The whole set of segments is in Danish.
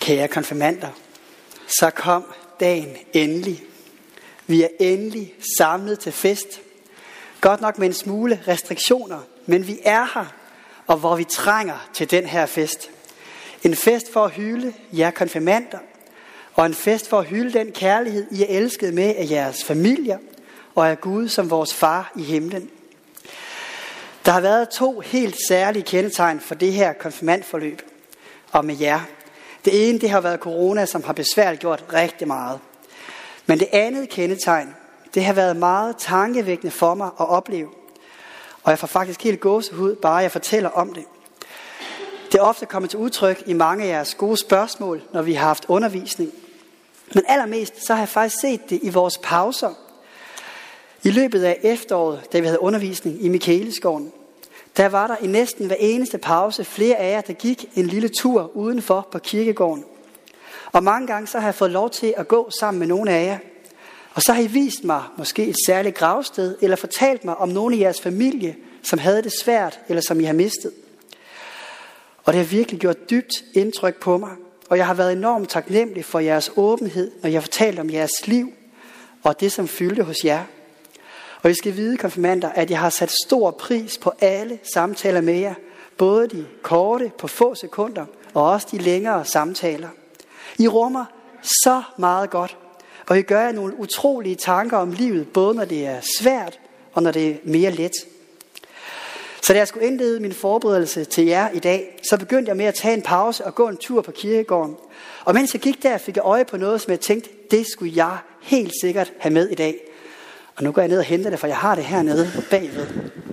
Kære konfirmander, så kom dagen endelig. Vi er endelig samlet til fest. Godt nok med en smule restriktioner, men vi er her, og hvor vi trænger til den her fest. En fest for at hylde jer konfirmander, og en fest for at hylde den kærlighed, I er elsket med af jeres familier, og af Gud som vores far i himlen. Der har været 2 helt særlige kendetegn for det her konfirmandforløb, og med jer. Det ene, det har været corona, som har besværliggjort rigtig meget. Men det andet kendetegn, det har været meget tankevækkende for mig at opleve. Og jeg får faktisk helt gåsehud, bare jeg fortæller om det. Det er ofte kommet til udtryk i mange af jeres gode spørgsmål, når vi har haft undervisning. Men allermest, så har jeg faktisk set det i vores pauser. I løbet af efteråret, da vi havde undervisning i Michaelisskoven, der var der i næsten hver eneste pause flere af jer, der gik en lille tur udenfor på kirkegården. Og mange gange så har jeg fået lov til at gå sammen med nogle af jer. Og så har I vist mig måske et særligt gravsted, eller fortalt mig om nogle af jeres familie, som havde det svært, eller som I har mistet. Og det har virkelig gjort dybt indtryk på mig. Og jeg har været enormt taknemmelig for jeres åbenhed, når jeg har fortalt om jeres liv, og det som fyldte hos jer. Og I skal vide, konfirmander, at jeg har sat stor pris på alle samtaler med jer. Både de korte på få sekunder, og også de længere samtaler. I rummer så meget godt, og I gør jer nogle utrolige tanker om livet, både når det er svært, og når det er mere let. Så da jeg skulle indlede min forberedelse til jer i dag, så begyndte jeg med at tage en pause og gå en tur på kirkegården. Og mens jeg gik der, fik jeg øje på noget, som jeg tænkte, det skulle jeg helt sikkert have med i dag. Og nu går jeg ned og henter det, for jeg har det hernede bagved.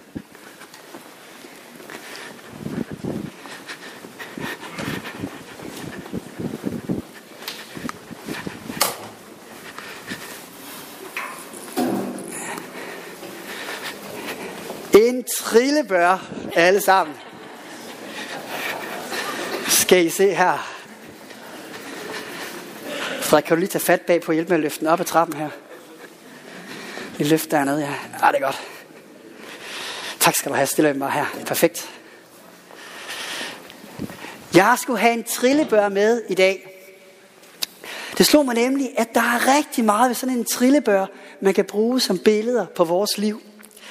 En trillebør, alle sammen. Skal I se her. Frederik, kan du lige tage fat bag på og hjælpe med at løfte den op ad trappen her? Vi løfter dernede, ja. Det er godt. Tak skal du have, stille mig her. Perfekt. Jeg skulle have en trillebør med i dag. Det slog mig nemlig, at der er rigtig meget ved sådan en trillebør, man kan bruge som billeder på vores liv.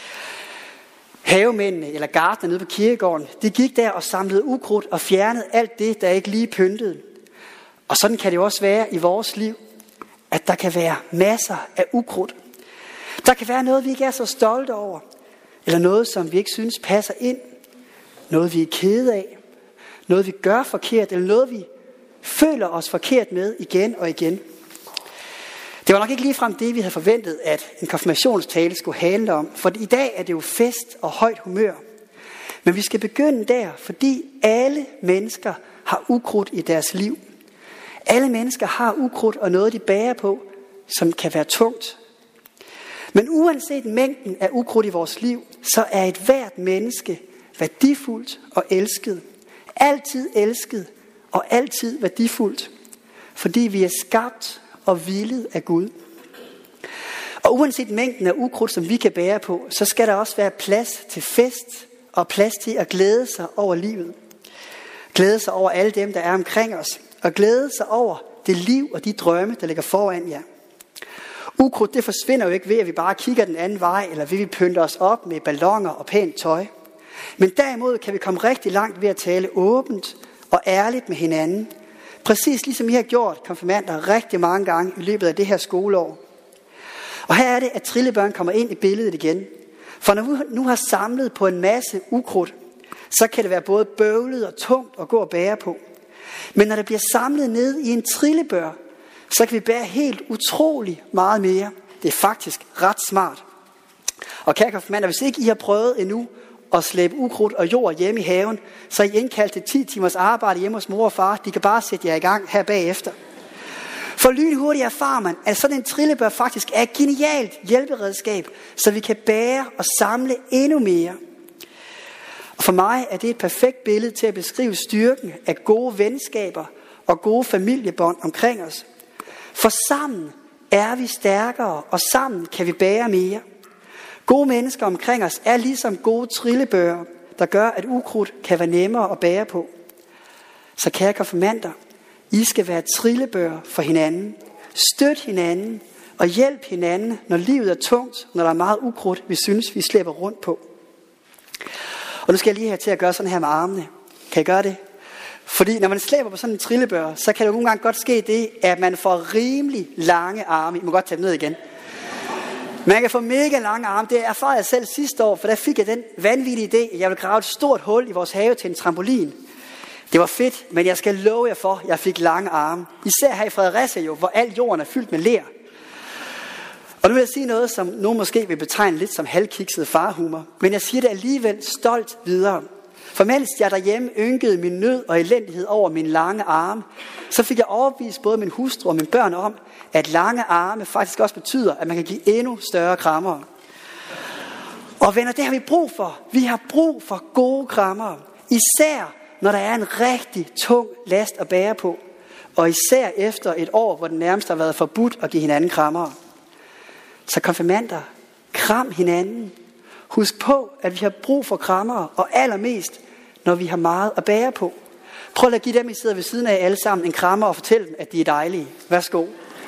Havemændene eller gartnerne nede på kirkegården, de gik der og samlede ukrudt og fjernede alt det, der ikke lige pyntede. Og sådan kan det jo også være i vores liv, at der kan være masser af ukrudt. Der kan være noget, vi ikke er så stolte over, eller noget, som vi ikke synes passer ind, noget, vi er kede af, noget, vi gør forkert, eller noget, vi føler os forkert med igen og igen. Det var nok ikke ligefrem det, vi havde forventet, at en konfirmationstale skulle handle om, for i dag er det jo fest og højt humør. Men vi skal begynde der, fordi alle mennesker har ukrudt i deres liv. Alle mennesker har ukrudt og noget, de bærer på, som kan være tungt. Men uanset mængden af ukrudt i vores liv, så er et hvert menneske værdifuldt og elsket. Altid elsket og altid værdifuldt, fordi vi er skabt og villet af Gud. Og uanset mængden af ukrudt, som vi kan bære på, så skal der også være plads til fest og plads til at glæde sig over livet. Glæde sig over alle dem, der er omkring os, og glæde sig over det liv og de drømme, der ligger foran jer. Ukrudt, det forsvinder jo ikke ved, at vi bare kigger den anden vej, eller ved, at vi pynter os op med balloner og pænt tøj. Men derimod kan vi komme rigtig langt ved at tale åbent og ærligt med hinanden. Præcis ligesom I har gjort, konfirmander, rigtig mange gange i løbet af det her skoleår. Og her er det, at trillebørn kommer ind i billedet igen. For når vi nu har samlet på en masse ukrudt, så kan det være både bøvlet og tungt at gå og bære på. Men når det bliver samlet ned i en trillebør, så kan vi bære helt utrolig meget mere. Det er faktisk ret smart. Og kære konfirmander, hvis ikke I har prøvet endnu at slæbe ukrudt og jord hjemme i haven, så er I indkaldt til 10 timers arbejde hjemme hos mor og far. De kan bare sætte jer i gang her bagefter. For lynhurtigt erfarer man, at sådan en trillebør faktisk er et genialt hjælperedskab, så vi kan bære og samle endnu mere. Og for mig er det et perfekt billede til at beskrive styrken af gode venskaber og gode familiebånd omkring os. For sammen er vi stærkere, og sammen kan vi bære mere. Gode mennesker omkring os er ligesom gode trillebører, der gør, at ukrudt kan være nemmere at bære på. Så kære konfirmander, I skal være trillebør for hinanden. Støt hinanden og hjælp hinanden, når livet er tungt, når der er meget ukrudt, vi synes, vi slæber rundt på. Og nu skal jeg lige have til at gøre sådan her med armene. Kan I gøre det? Fordi når man slæber på sådan en trillebør, så kan det nogle gange godt ske det, at man får rimelig lange arme. I må godt tage dem ned igen. Man kan få mega lange arme. Det erfarede jeg selv sidste år, for der fik jeg den vanvittige idé, at jeg ville grave et stort hul i vores have til en trampolin. Det var fedt, men jeg skal love jer for, at jeg fik lange arme. Især her i Fredericia jo, hvor al jorden er fyldt med ler. Og nu vil jeg sige noget, som nogen måske vil betegne lidt som halvkikset farhumor. Men jeg siger det alligevel stolt videre. For mens jeg derhjemme ynkede min nød og elendighed over mine lange arme, så fik jeg overbevist både min hustru og mine børn om, at lange arme faktisk også betyder, at man kan give endnu større krammer. Og venner, det har vi brug for. Vi har brug for gode krammer. Især når der er en rigtig tung last at bære på. Og især efter et år, hvor den nærmest har været forbudt at give hinanden krammer. Så konfirmander, kram hinanden. Husk på, at vi har brug for krammer, og allermest, når vi har meget at bære på. Prøv at give dem, I sidder ved siden af alle sammen, en krammer og fortæl dem, at de er dejlige. Værsgo.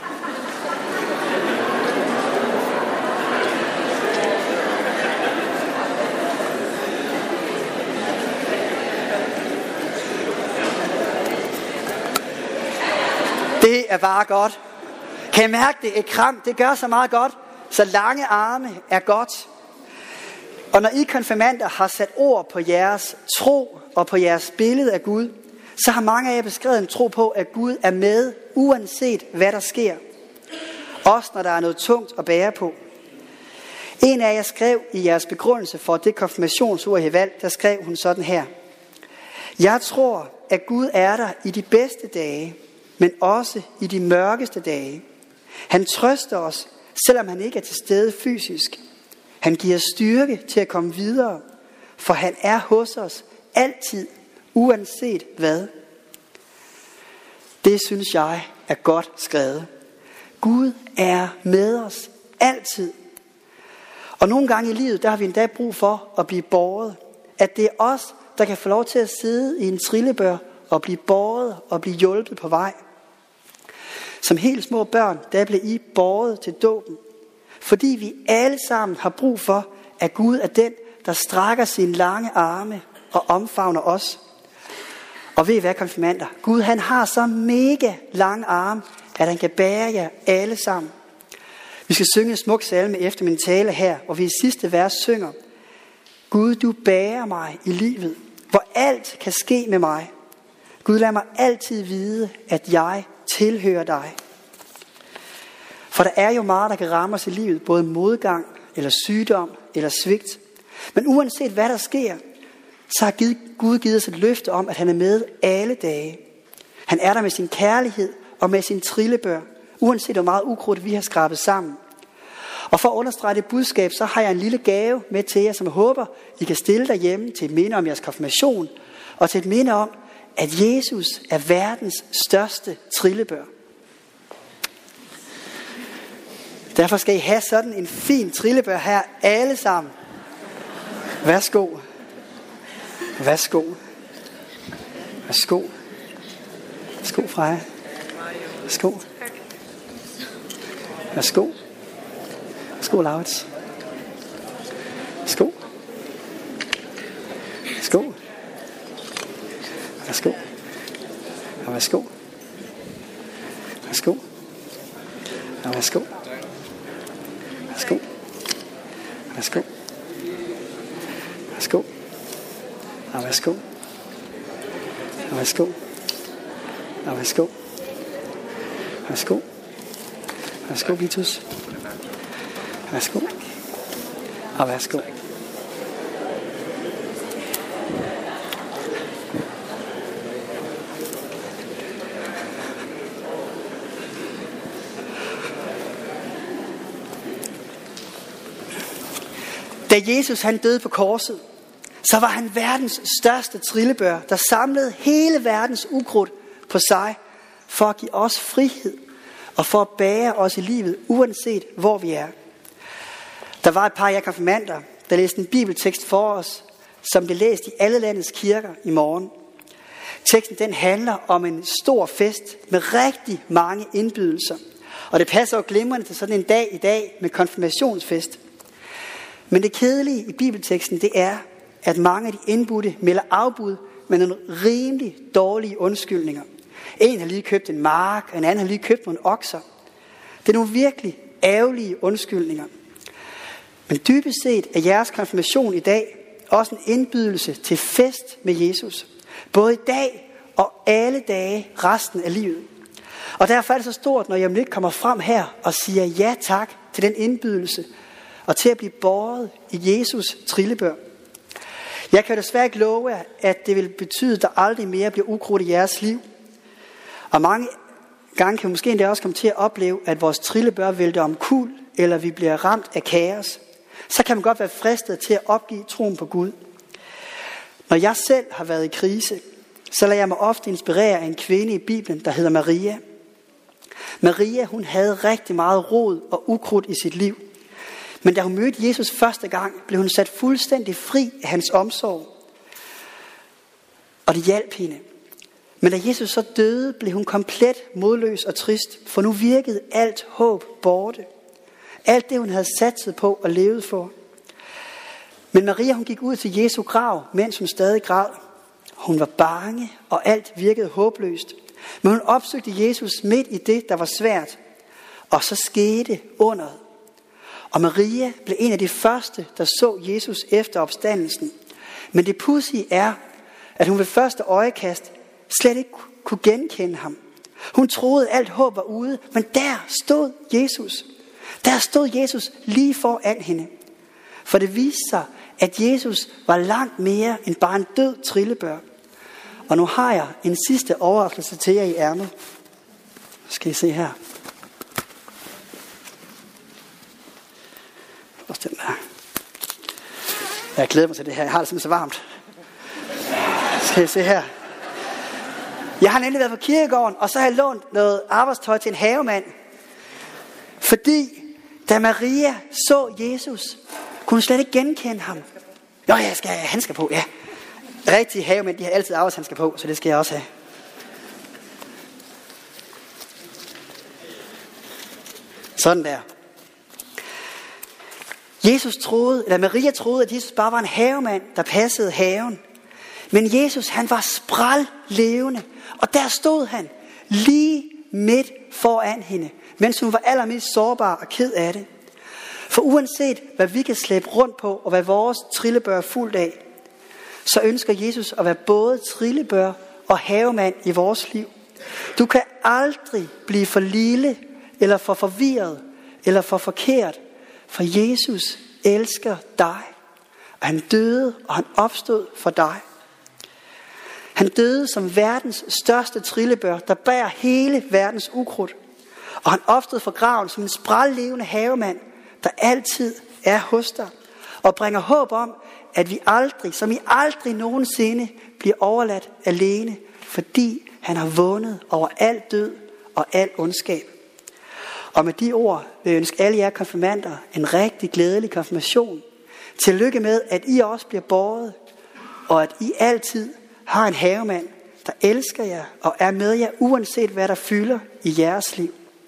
Det er bare godt. Kan I mærke det? Et kram, det gør så meget godt. Så lange arme er godt. Og når I konfirmander har sat ord på jeres tro og på jeres billede af Gud, så har mange af jer beskrevet en tro på, at Gud er med, uanset hvad der sker. Også når der er noget tungt at bære på. En af jer skrev i jeres begrundelse for det konfirmationsord, I har valgt, der skrev hun sådan her. Jeg tror, at Gud er der i de bedste dage, men også i de mørkeste dage. Han trøster os, selvom han ikke er til stede fysisk. Han giver styrke til at komme videre, for han er hos os altid, uanset hvad. Det synes jeg er godt skrevet. Gud er med os altid. Og nogle gange i livet, der har vi endda brug for at blive båret. At det er os, der kan få lov til at sidde i en trillebør og blive båret og blive hjulpet på vej. Som helt små børn, der blev I båret til dåben. Fordi vi alle sammen har brug for, at Gud er den, der strækker sine lange arme og omfavner os. Og ved I hvad, konfirmander? Gud han har så mega lange arme, at han kan bære jer alle sammen. Vi skal synge en smuk salme efter min tale her, hvor vi i sidste vers synger. Gud, du bærer mig i livet, hvor alt kan ske med mig. Gud, lad mig altid vide, at jeg tilhører dig. For der er jo meget, der kan ramme os i livet, både modgang, eller sygdom, eller svigt. Men uanset hvad der sker, så har Gud givet os et løfte om, at han er med alle dage. Han er der med sin kærlighed og med sin trillebør, uanset hvor meget ukrudt vi har skrabet sammen. Og for at understrege det budskab, så har jeg en lille gave med til jer, som jeg håber, I kan stille derhjemme til et minde om jeres konfirmation, og til et minde om, at Jesus er verdens største trillebør. Derfor skal I have sådan en fin trillebør her, alle sammen. Værsgo. Værsgo. Værsgo. Værsgo, Freja. Værsgo. Værsgo. Værsgo, Laurits. Værsgo. Værsgo. Værsgo. Og værsgo. Værsgo. Og værsgo. Værsgo. Værsgo. Værsgo. Og værsgo. Og værsgo. Og værsgo. Værsgo. Værsgo, Vitus. Værsgo. Og værsgo. Da Jesus han døde på korset, så var han verdens største trillebør, der samlede hele verdens ukrudt på sig, for at give os frihed, og for at bære os i livet, uanset hvor vi er. Der var et par af jer konfirmander, der læste en bibeltekst for os, som blev læst i alle landets kirker i morgen. Teksten den handler om en stor fest med rigtig mange indbydelser. Og det passer jo glimrende til sådan en dag i dag med konfirmationsfest. Men det kedelige i bibelteksten, det er, at mange af de indbudte melder afbud med nogle rimelig dårlige undskyldninger. En har lige købt en mark, og en anden har lige købt nogle okser. Det er nogle virkelig ærgerlige undskyldninger. Men dybest set er jeres konfirmation i dag også en indbydelse til fest med Jesus. Både i dag og alle dage resten af livet. Og derfor er det så stort, når jeg om lidt kommer frem her og siger ja tak til den indbydelse og til at blive båret i Jesus trillebør. Jeg kan jo desværre ikke love jer, at det vil betyde, at der aldrig mere bliver ukrudt i jeres liv. Og mange gange kan vi måske endda også komme til at opleve, at vores trillebør vælter omkuld, eller vi bliver ramt af kaos. Så kan man godt være fristet til at opgive troen på Gud. Når jeg selv har været i krise, så lader jeg mig ofte inspirere af en kvinde i Bibelen, der hedder Maria. Maria, hun havde rigtig meget rod og ukrudt i sit liv. Men da hun mødte Jesus første gang, blev hun sat fuldstændig fri af hans omsorg. Og det hjalp hende. Men da Jesus så døde, blev hun komplet modløs og trist, for nu virkede alt håb borte. Alt det, hun havde satset på og levet for. Men Maria, hun gik ud til Jesu grav, mens hun stadig græd. Hun var bange, og alt virkede håbløst. Men hun opsøgte Jesus midt i det, der var svært. Og så skete underet. Og Maria blev en af de første, der så Jesus efter opstandelsen. Men det pudsige er, at hun ved første øjekast slet ikke kunne genkende ham. Hun troede, alt håb var ude, men der stod Jesus. Der stod Jesus lige foran hende. For det viste sig, at Jesus var langt mere end bare en død trillebør. Og nu har jeg en sidste overraskelse til jer i ærmet. Skal I se her. Også den der. Jeg glæder mig til det her. Jeg har det simpelthen så varmt. Skal I se her. Jeg har nemlig været på kirkegården, og så har jeg lånt noget arbejdstøj til en havemand. Fordi da Maria så Jesus, kunne hun slet ikke genkende ham. Nå, jeg skal have handsker på, ja. Rigtige havemænd, de har altid arbejdshandsker på, så det skal jeg også have. Sådan der. Maria troede, at Jesus bare var en havemand, der passede haven. Men Jesus, han var sprællevende. Og der stod han lige midt foran hende, mens hun var allermest sårbar og ked af det. For uanset hvad vi kan slæbe rundt på, og hvad vores trillebør er fuldt af, så ønsker Jesus at være både trillebør og havemand i vores liv. Du kan aldrig blive for lille, eller for forvirret, eller for forkert, for Jesus elsker dig. Og han døde, og han opstod for dig. Han døde som verdens største trillebør, der bærer hele verdens ukrudt. Og han opstod fra graven som en sprællevende havemand, der altid er hos dig. Og bringer håb om, at vi aldrig, som I aldrig nogensinde, bliver overladt alene, fordi han har vundet over al død og al ondskab. Og med de ord vil jeg ønske alle jer konfirmander en rigtig glædelig konfirmation. Tillykke med, at I også bliver båret, og at I altid har en havemand, der elsker jer og er med jer, uanset hvad der fylder i jeres liv.